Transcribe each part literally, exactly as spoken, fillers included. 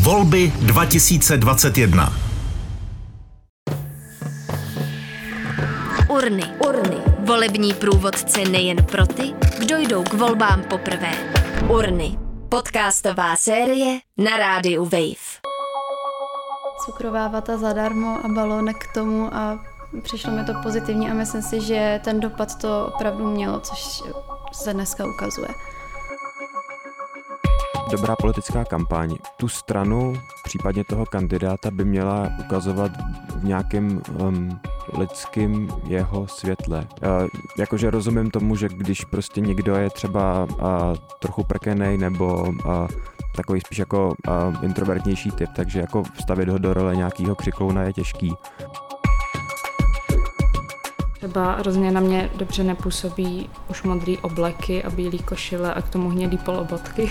Volby dva tisíce dvacet jedna. Urny. Urny. Volební průvodce nejen pro ty, kdo jdou k volbám poprvé. Urny. Podcastová série na rádiu Wave. Cukrová vata zadarmo a balónek k tomu a přišlo mi to pozitivně a myslím si, že ten dopad to opravdu mělo, což se dneska ukazuje. Dobrá politická kampaň. Tu stranu, případně toho kandidáta, by měla ukazovat v nějakém um, lidském jeho světle. Uh, jakože rozumím tomu, že když prostě někdo je třeba uh, trochu prkenej nebo uh, takový spíš jako uh, introvertnější typ, takže jako vstavit ho do role nějakého křiklouna je těžký. Třeba hrozně na mě dobře nepůsobí už modrý obleky a bílý košile a k tomu hnědý polobotky.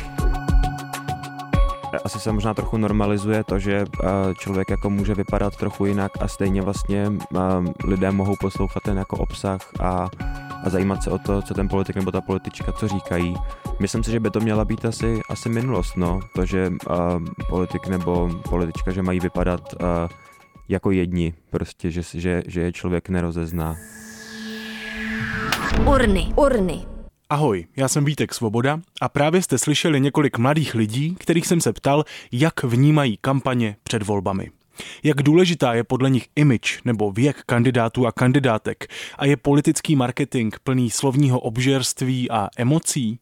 Asi se možná trochu normalizuje to, že člověk jako může vypadat trochu jinak a stejně vlastně lidé mohou poslouchat ten jako obsah a, a zajímat se o to, co ten politik nebo ta politička co říkají. Myslím si, že by to měla být asi, asi minulost, no. To, že uh, politik nebo politička, že mají vypadat uh, jako jedni, prostě, že, že, že je člověk nerozezná. Urny. Urny. Ahoj, já jsem Vítek Svoboda a právě jste slyšeli několik mladých lidí, kterých jsem se ptal, jak vnímají kampaně před volbami. Jak důležitá je podle nich image nebo věk kandidátů a kandidátek a je politický marketing plný slovního obžerství a emocí?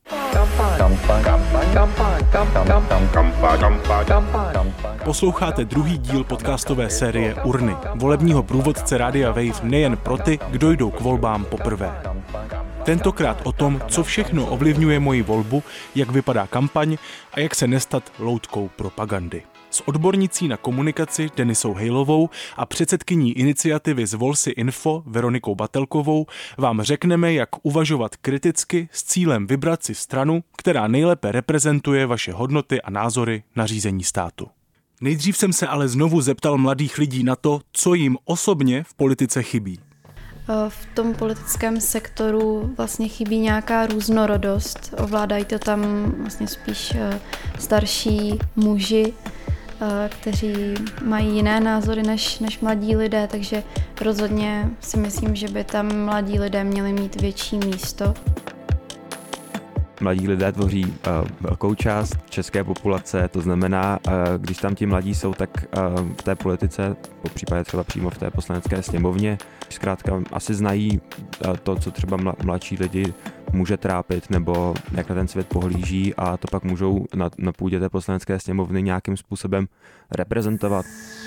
Posloucháte druhý díl podcastové série Urny, volebního průvodce Rádia Wave nejen pro ty, kdo jdou k volbám poprvé. Tentokrát o tom, co všechno ovlivňuje moji volbu, jak vypadá kampaň a jak se nestat loutkou propagandy. S odbornicí na komunikaci Denisou Hejlovou a předsedkyní iniciativy Zvol si info Veronikou Batelkovou vám řekneme, jak uvažovat kriticky s cílem vybrat si stranu, která nejlépe reprezentuje vaše hodnoty a názory na řízení státu. Nejdřív jsem se ale znovu zeptal mladých lidí na to, co jim osobně v politice chybí. V tom politickém sektoru vlastně chybí nějaká různorodost. Ovládají to tam vlastně spíš starší muži, kteří mají jiné názory než, než mladí lidé, takže rozhodně si myslím, že by tam mladí lidé měli mít větší místo. Mladí lidé tvoří uh, velkou část české populace, to znamená, uh, když tam ti mladí jsou, tak uh, v té politice, popřípadě třeba přímo v té poslanecké sněmovně, zkrátka asi znají uh, to, co třeba mla, mladší lidi může trápit, nebo jak na ten svět pohlíží a to pak můžou na, na půdě té poslanecké sněmovny nějakým způsobem reprezentovat.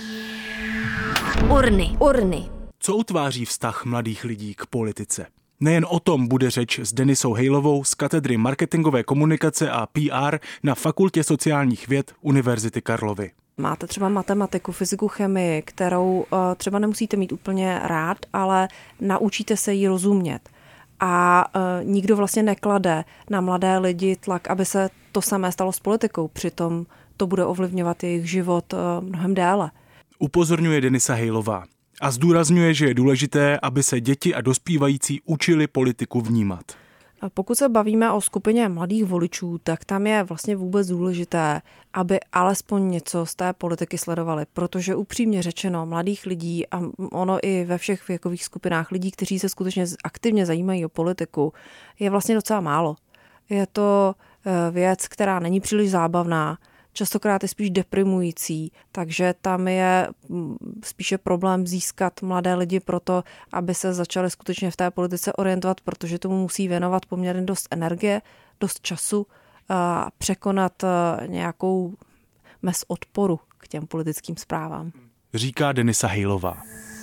Urny. Urny. Co utváří vztah mladých lidí k politice? Nejen o tom bude řeč s Denisou Hejlovou z katedry marketingové komunikace a P R na Fakultě sociálních věd Univerzity Karlovy. Máte třeba matematiku, fyziku, chemii, kterou uh, třeba nemusíte mít úplně rád, ale naučíte se jí rozumět. A uh, nikdo vlastně neklade na mladé lidi tlak, aby se to samé stalo s politikou. Přitom to bude ovlivňovat jejich život uh, mnohem déle. Upozorňuje Denisa Hejlová. A zdůrazňuje, že je důležité, aby se děti a dospívající učili politiku vnímat. Pokud se bavíme o skupině mladých voličů, tak tam je vlastně vůbec důležité, aby alespoň něco z té politiky sledovali, protože upřímně řečeno mladých lidí a ono i ve všech věkových skupinách lidí, kteří se skutečně aktivně zajímají o politiku, je vlastně docela málo. Je to věc, která není příliš zábavná, častokrát je spíš deprimující, takže tam je spíše problém získat mladé lidi proto, aby se začali skutečně v té politice orientovat, protože tomu musí věnovat poměrně dost energie, dost času a překonat nějakou mez odporu k těm politickým zprávám. Říká Denisa Hejlová.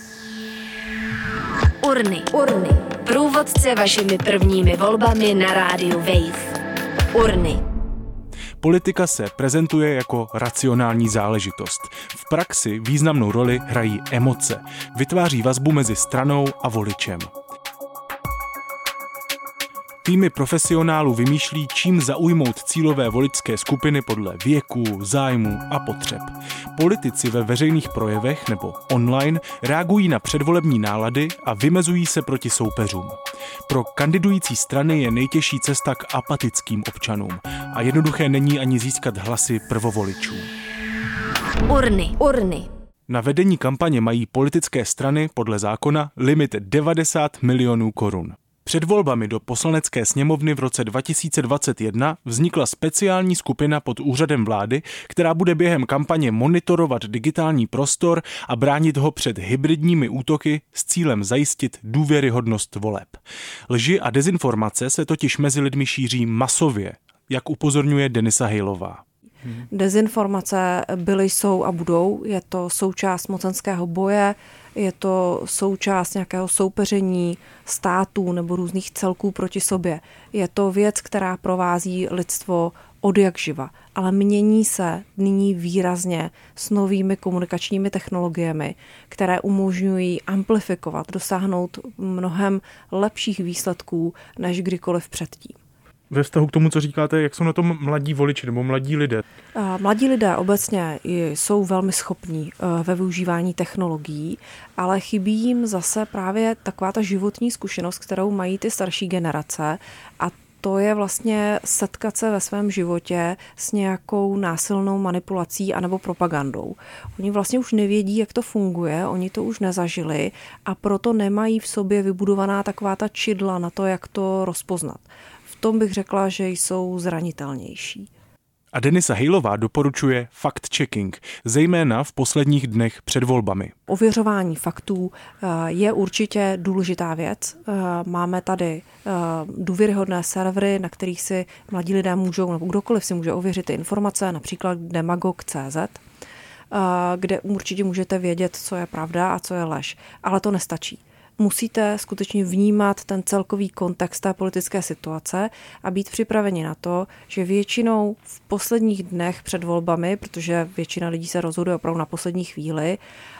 Urny. Urny. Průvodce vašimi prvními volbami na rádiu Wave. Urny. Politika se prezentuje jako racionální záležitost. V praxi významnou roli hrají emoce. Vytváří vazbu mezi stranou a voličem. Týmy profesionálů vymýšlí, čím zaujmout cílové voličské skupiny podle věku, zájmu a potřeb. Politici ve veřejných projevech nebo online reagují na předvolební nálady a vymezují se proti soupeřům. Pro kandidující strany je nejtěžší cesta k apatickým občanům a jednoduché není ani získat hlasy prvovoličů. Urny. Urny. Na vedení kampaně mají politické strany podle zákona limit devadesát milionů korun. Před volbami do Poslanecké sněmovny v roce dva tisíce dvacet jedna vznikla speciální skupina pod úřadem vlády, která bude během kampaně monitorovat digitální prostor a bránit ho před hybridními útoky s cílem zajistit důvěryhodnost voleb. Lži a dezinformace se totiž mezi lidmi šíří masově, jak upozorňuje Denisa Hejlová. Dezinformace byly, jsou a budou. Je to součást mocenského boje, je to součást nějakého soupeření států nebo různých celků proti sobě. Je to věc, která provází lidstvo od jak živa, ale mění se nyní výrazně s novými komunikačními technologiemi, které umožňují amplifikovat, dosáhnout mnohem lepších výsledků než kdykoliv předtím. Ve vztahu k tomu, co říkáte, jak jsou na tom mladí voliči nebo mladí lidé? Mladí lidé obecně jsou velmi schopní ve využívání technologií, ale chybí jim zase právě taková ta životní zkušenost, kterou mají ty starší generace, a to je vlastně setkat se ve svém životě s nějakou násilnou manipulací anebo propagandou. Oni vlastně už nevědí, jak to funguje, oni to už nezažili a proto nemají v sobě vybudovaná taková ta čidla na to, jak to rozpoznat. V tom bych řekla, že jsou zranitelnější. A Denisa Hejlová doporučuje fact-checking, zejména v posledních dnech před volbami. Ověřování faktů je určitě důležitá věc. Máme tady důvěryhodné servery, na kterých si mladí lidé můžou, nebo kdokoliv si může ověřit ty informace, například demagog tečka cé zet, kde určitě můžete vědět, co je pravda a co je lež. Ale to nestačí. Musíte skutečně vnímat ten celkový kontext té politické situace a být připraveni na to, že většinou v posledních dnech před volbami, protože většina lidí se rozhoduje opravdu na poslední chvíli,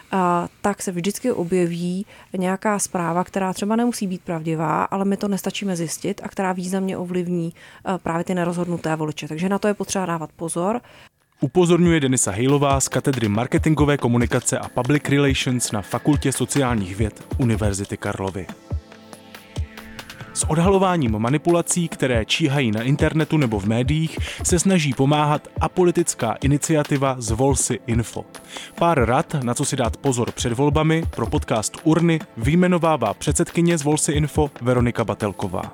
tak se vždycky objeví nějaká zpráva, která třeba nemusí být pravdivá, ale my to nestačíme zjistit a která významně ovlivní právě ty nerozhodnuté voliče. Takže na to je potřeba dávat pozor. Upozorňuje Denisa Hejlová z katedry marketingové komunikace a public relations na Fakultě sociálních věd Univerzity Karlovy. S odhalováním manipulací, které číhají na internetu nebo v médiích, se snaží pomáhat apolitická iniciativa Zvol si info. Pár rad, na co si dát pozor před volbami, pro podcast Urny vyjmenovává předsedkyně Zvol si info Veronika Batelková.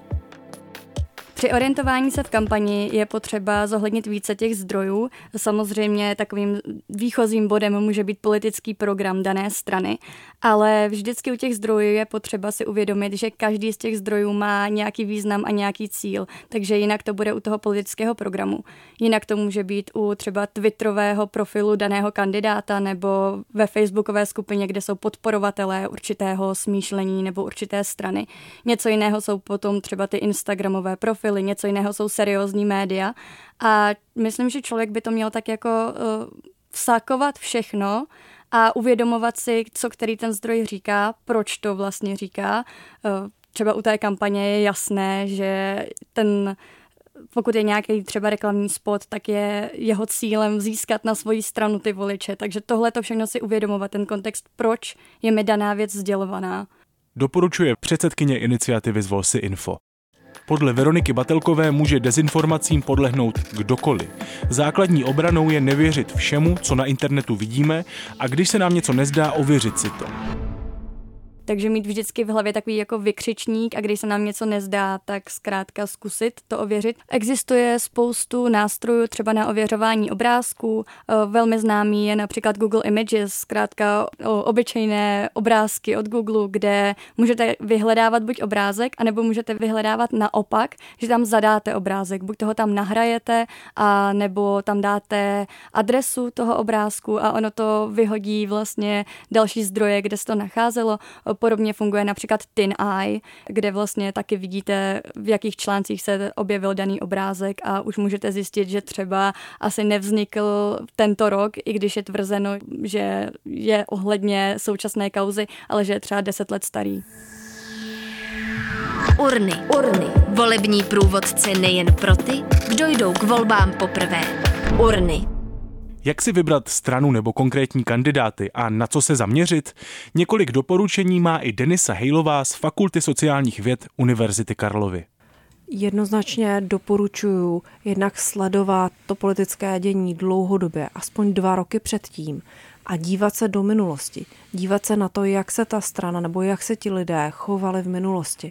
Při orientování se v kampani je potřeba zohlednit více těch zdrojů. Samozřejmě takovým výchozím bodem může být politický program dané strany, ale vždycky u těch zdrojů je potřeba si uvědomit, že každý z těch zdrojů má nějaký význam a nějaký cíl, takže jinak to bude u toho politického programu. Jinak to může být u třeba twitterového profilu daného kandidáta nebo ve facebookové skupině, kde jsou podporovatelé určitého smýšlení nebo určité strany. Něco jiného jsou potom třeba ty instagramové profily, něco jiného jsou seriózní média a myslím, že člověk by to měl tak jako uh, vsákovat všechno a uvědomovat si, co který ten zdroj říká, proč to vlastně říká. Uh, třeba u té kampaně je jasné, že ten pokud je nějaký třeba reklamní spot, tak je jeho cílem získat na svoji stranu ty voliče. Takže tohle to všechno si uvědomovat, ten kontext, proč je mi daná věc sdělovaná. Doporučuje předsedkyně iniciativy Zvol si info. Podle Veroniky Batelkové může dezinformacím podlehnout kdokoliv. Základní obranou je nevěřit všemu, co na internetu vidíme, a když se nám něco nezdá, ověřit si to. Takže mít vždycky v hlavě takový jako vykřičník a když se nám něco nezdá, tak zkrátka zkusit to ověřit. Existuje spoustu nástrojů třeba na ověřování obrázků. Velmi známý je například Google Images, zkrátka obyčejné obrázky od Google, kde můžete vyhledávat buď obrázek, anebo můžete vyhledávat naopak, že tam zadáte obrázek. Buď toho tam nahrajete, a nebo tam dáte adresu toho obrázku a ono to vyhodí vlastně další zdroje, kde se to nacházelo. Podobně funguje například TinEye, kde vlastně taky vidíte, v jakých článcích se objevil daný obrázek a už můžete zjistit, že třeba asi nevznikl tento rok, i když je tvrzeno, že je ohledně současné kauzy, ale že je třeba deset let starý. Urny. Urny. Volební průvodce nejen pro ty, kdo jdou k volbám poprvé. Urny. Jak si vybrat stranu nebo konkrétní kandidáty a na co se zaměřit? Několik doporučení má i Denisa Hejlová z Fakulty sociálních věd Univerzity Karlovy. jednoznačně doporučuji jednak sledovat to politické dění dlouhodobě, aspoň dva roky předtím, a dívat se do minulosti. Dívat se na to, jak se ta strana nebo jak se ti lidé chovali v minulosti.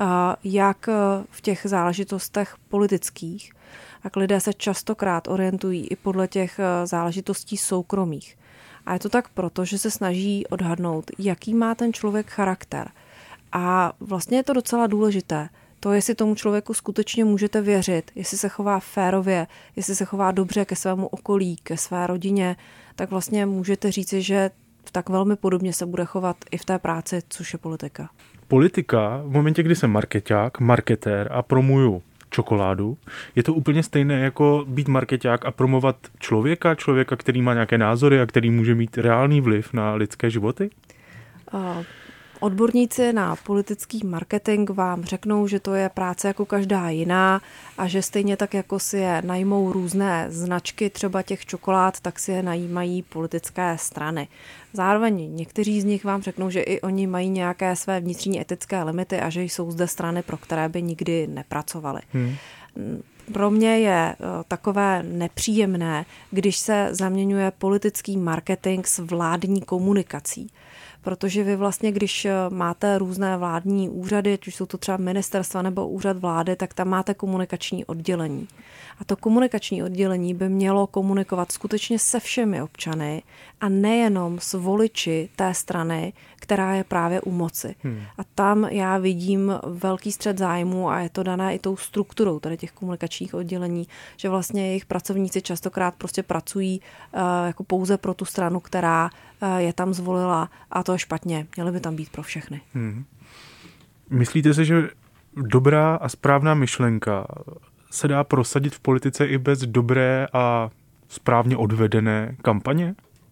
Jak v těch záležitostech politických, tak lidé se častokrát orientují i podle těch záležitostí soukromých. A je to tak proto, že se snaží odhadnout, jaký má ten člověk charakter. A vlastně je to docela důležité. To, jestli tomu člověku skutečně můžete věřit, jestli se chová férově, jestli se chová dobře ke svému okolí, ke své rodině, tak vlastně můžete říci, že tak velmi podobně se bude chovat i v té práci, což je politika. Politika, v momentě, kdy jsem markeťák, marketér a promuju čokoládu, je to úplně stejné jako být markeťák a promovat člověka, člověka, který má nějaké názory a který může mít reálný vliv na lidské životy? Uh. Odborníci na politický marketing vám řeknou, že to je práce jako každá jiná a že stejně tak, jako si je najmou různé značky třeba těch čokolád, tak si je najímají politické strany. Zároveň někteří z nich vám řeknou, že i oni mají nějaké své vnitřní etické limity a že jsou zde strany, pro které by nikdy nepracovali. Hmm. Pro mě je takové nepříjemné, když se zaměňuje politický marketing s vládní komunikací. Protože vy vlastně, když máte různé vládní úřady, ať už jsou to třeba ministerstva nebo úřad vlády, tak tam máte komunikační oddělení. A to komunikační oddělení by mělo komunikovat skutečně se všemi občany a nejenom s voliči té strany, která je právě u moci. Hmm. A tam já vidím velký střet zájmu a je to dané i tou strukturou tady těch komunikačních oddělení, že vlastně jejich pracovníci častokrát prostě pracují uh, jako pouze pro tu stranu, která uh, je tam zvolila, a to je špatně. Měly by tam být pro všechny. Hmm. Myslíte si, že dobrá a správná myšlenka se dá prosadit v politice i bez dobré a správně odvedené kampaně?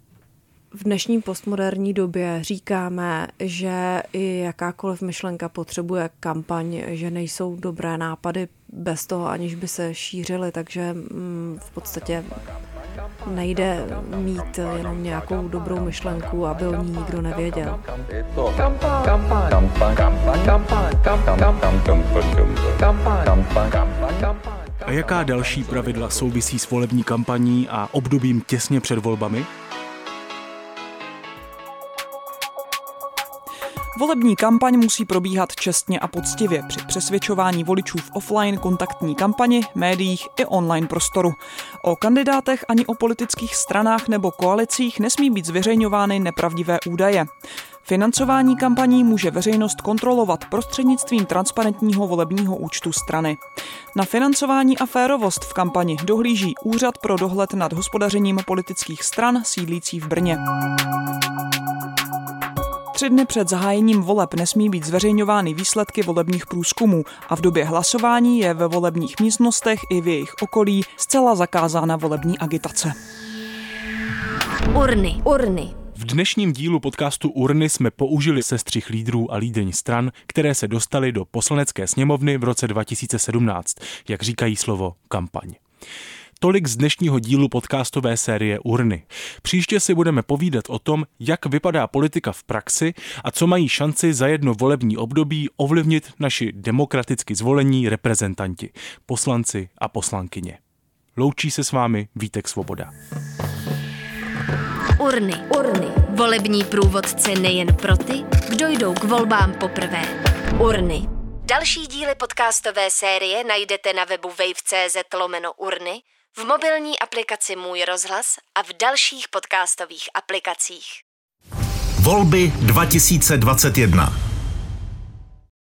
V dnešní postmoderní době říkáme, že i jakákoliv myšlenka potřebuje kampaň, že nejsou dobré nápady bez toho, aniž by se šířily, takže v podstatě nejde mít jenom nějakou dobrou myšlenku, aby o ní nikdo nevěděl. A jaká další pravidla souvisí s volební kampaní a obdobím těsně před volbami? Volební kampaň musí probíhat čestně a poctivě při přesvědčování voličů v offline kontaktní kampani, médiích i online prostoru. O kandidátech ani o politických stranách nebo koalicích nesmí být zveřejňovány nepravdivé údaje. Financování kampaní může veřejnost kontrolovat prostřednictvím transparentního volebního účtu strany. Na financování a férovost v kampani dohlíží Úřad pro dohled nad hospodařením politických stran sídlící v Brně. Tři dny před zahájením voleb nesmí být zveřejňovány výsledky volebních průzkumů a v době hlasování je ve volebních místnostech i v jejich okolí zcela zakázána volební agitace. Urny, urny. V dnešním dílu podcastu Urny jsme použili sestřih lídrů a lídryň stran, které se dostaly do Poslanecké sněmovny v roce dva tisíce sedmnáct, jak říkají slovo kampaň. Tolik z dnešního dílu podcastové série Urny. Příště si budeme povídat o tom, jak vypadá politika v praxi a co mají šanci za jedno volební období ovlivnit naši demokraticky zvolení reprezentanti, poslanci a poslankyně. Loučí se s vámi Vítek Svoboda. Urny, urny. Volební průvodce nejen pro ty, kdo jdou k volbám poprvé. Urny. Další díly podcastové série najdete na webu wave tečka cé zet lomeno urny, v mobilní aplikaci Můj rozhlas a v dalších podcastových aplikacích. Volby dva tisíce dvacet jedna.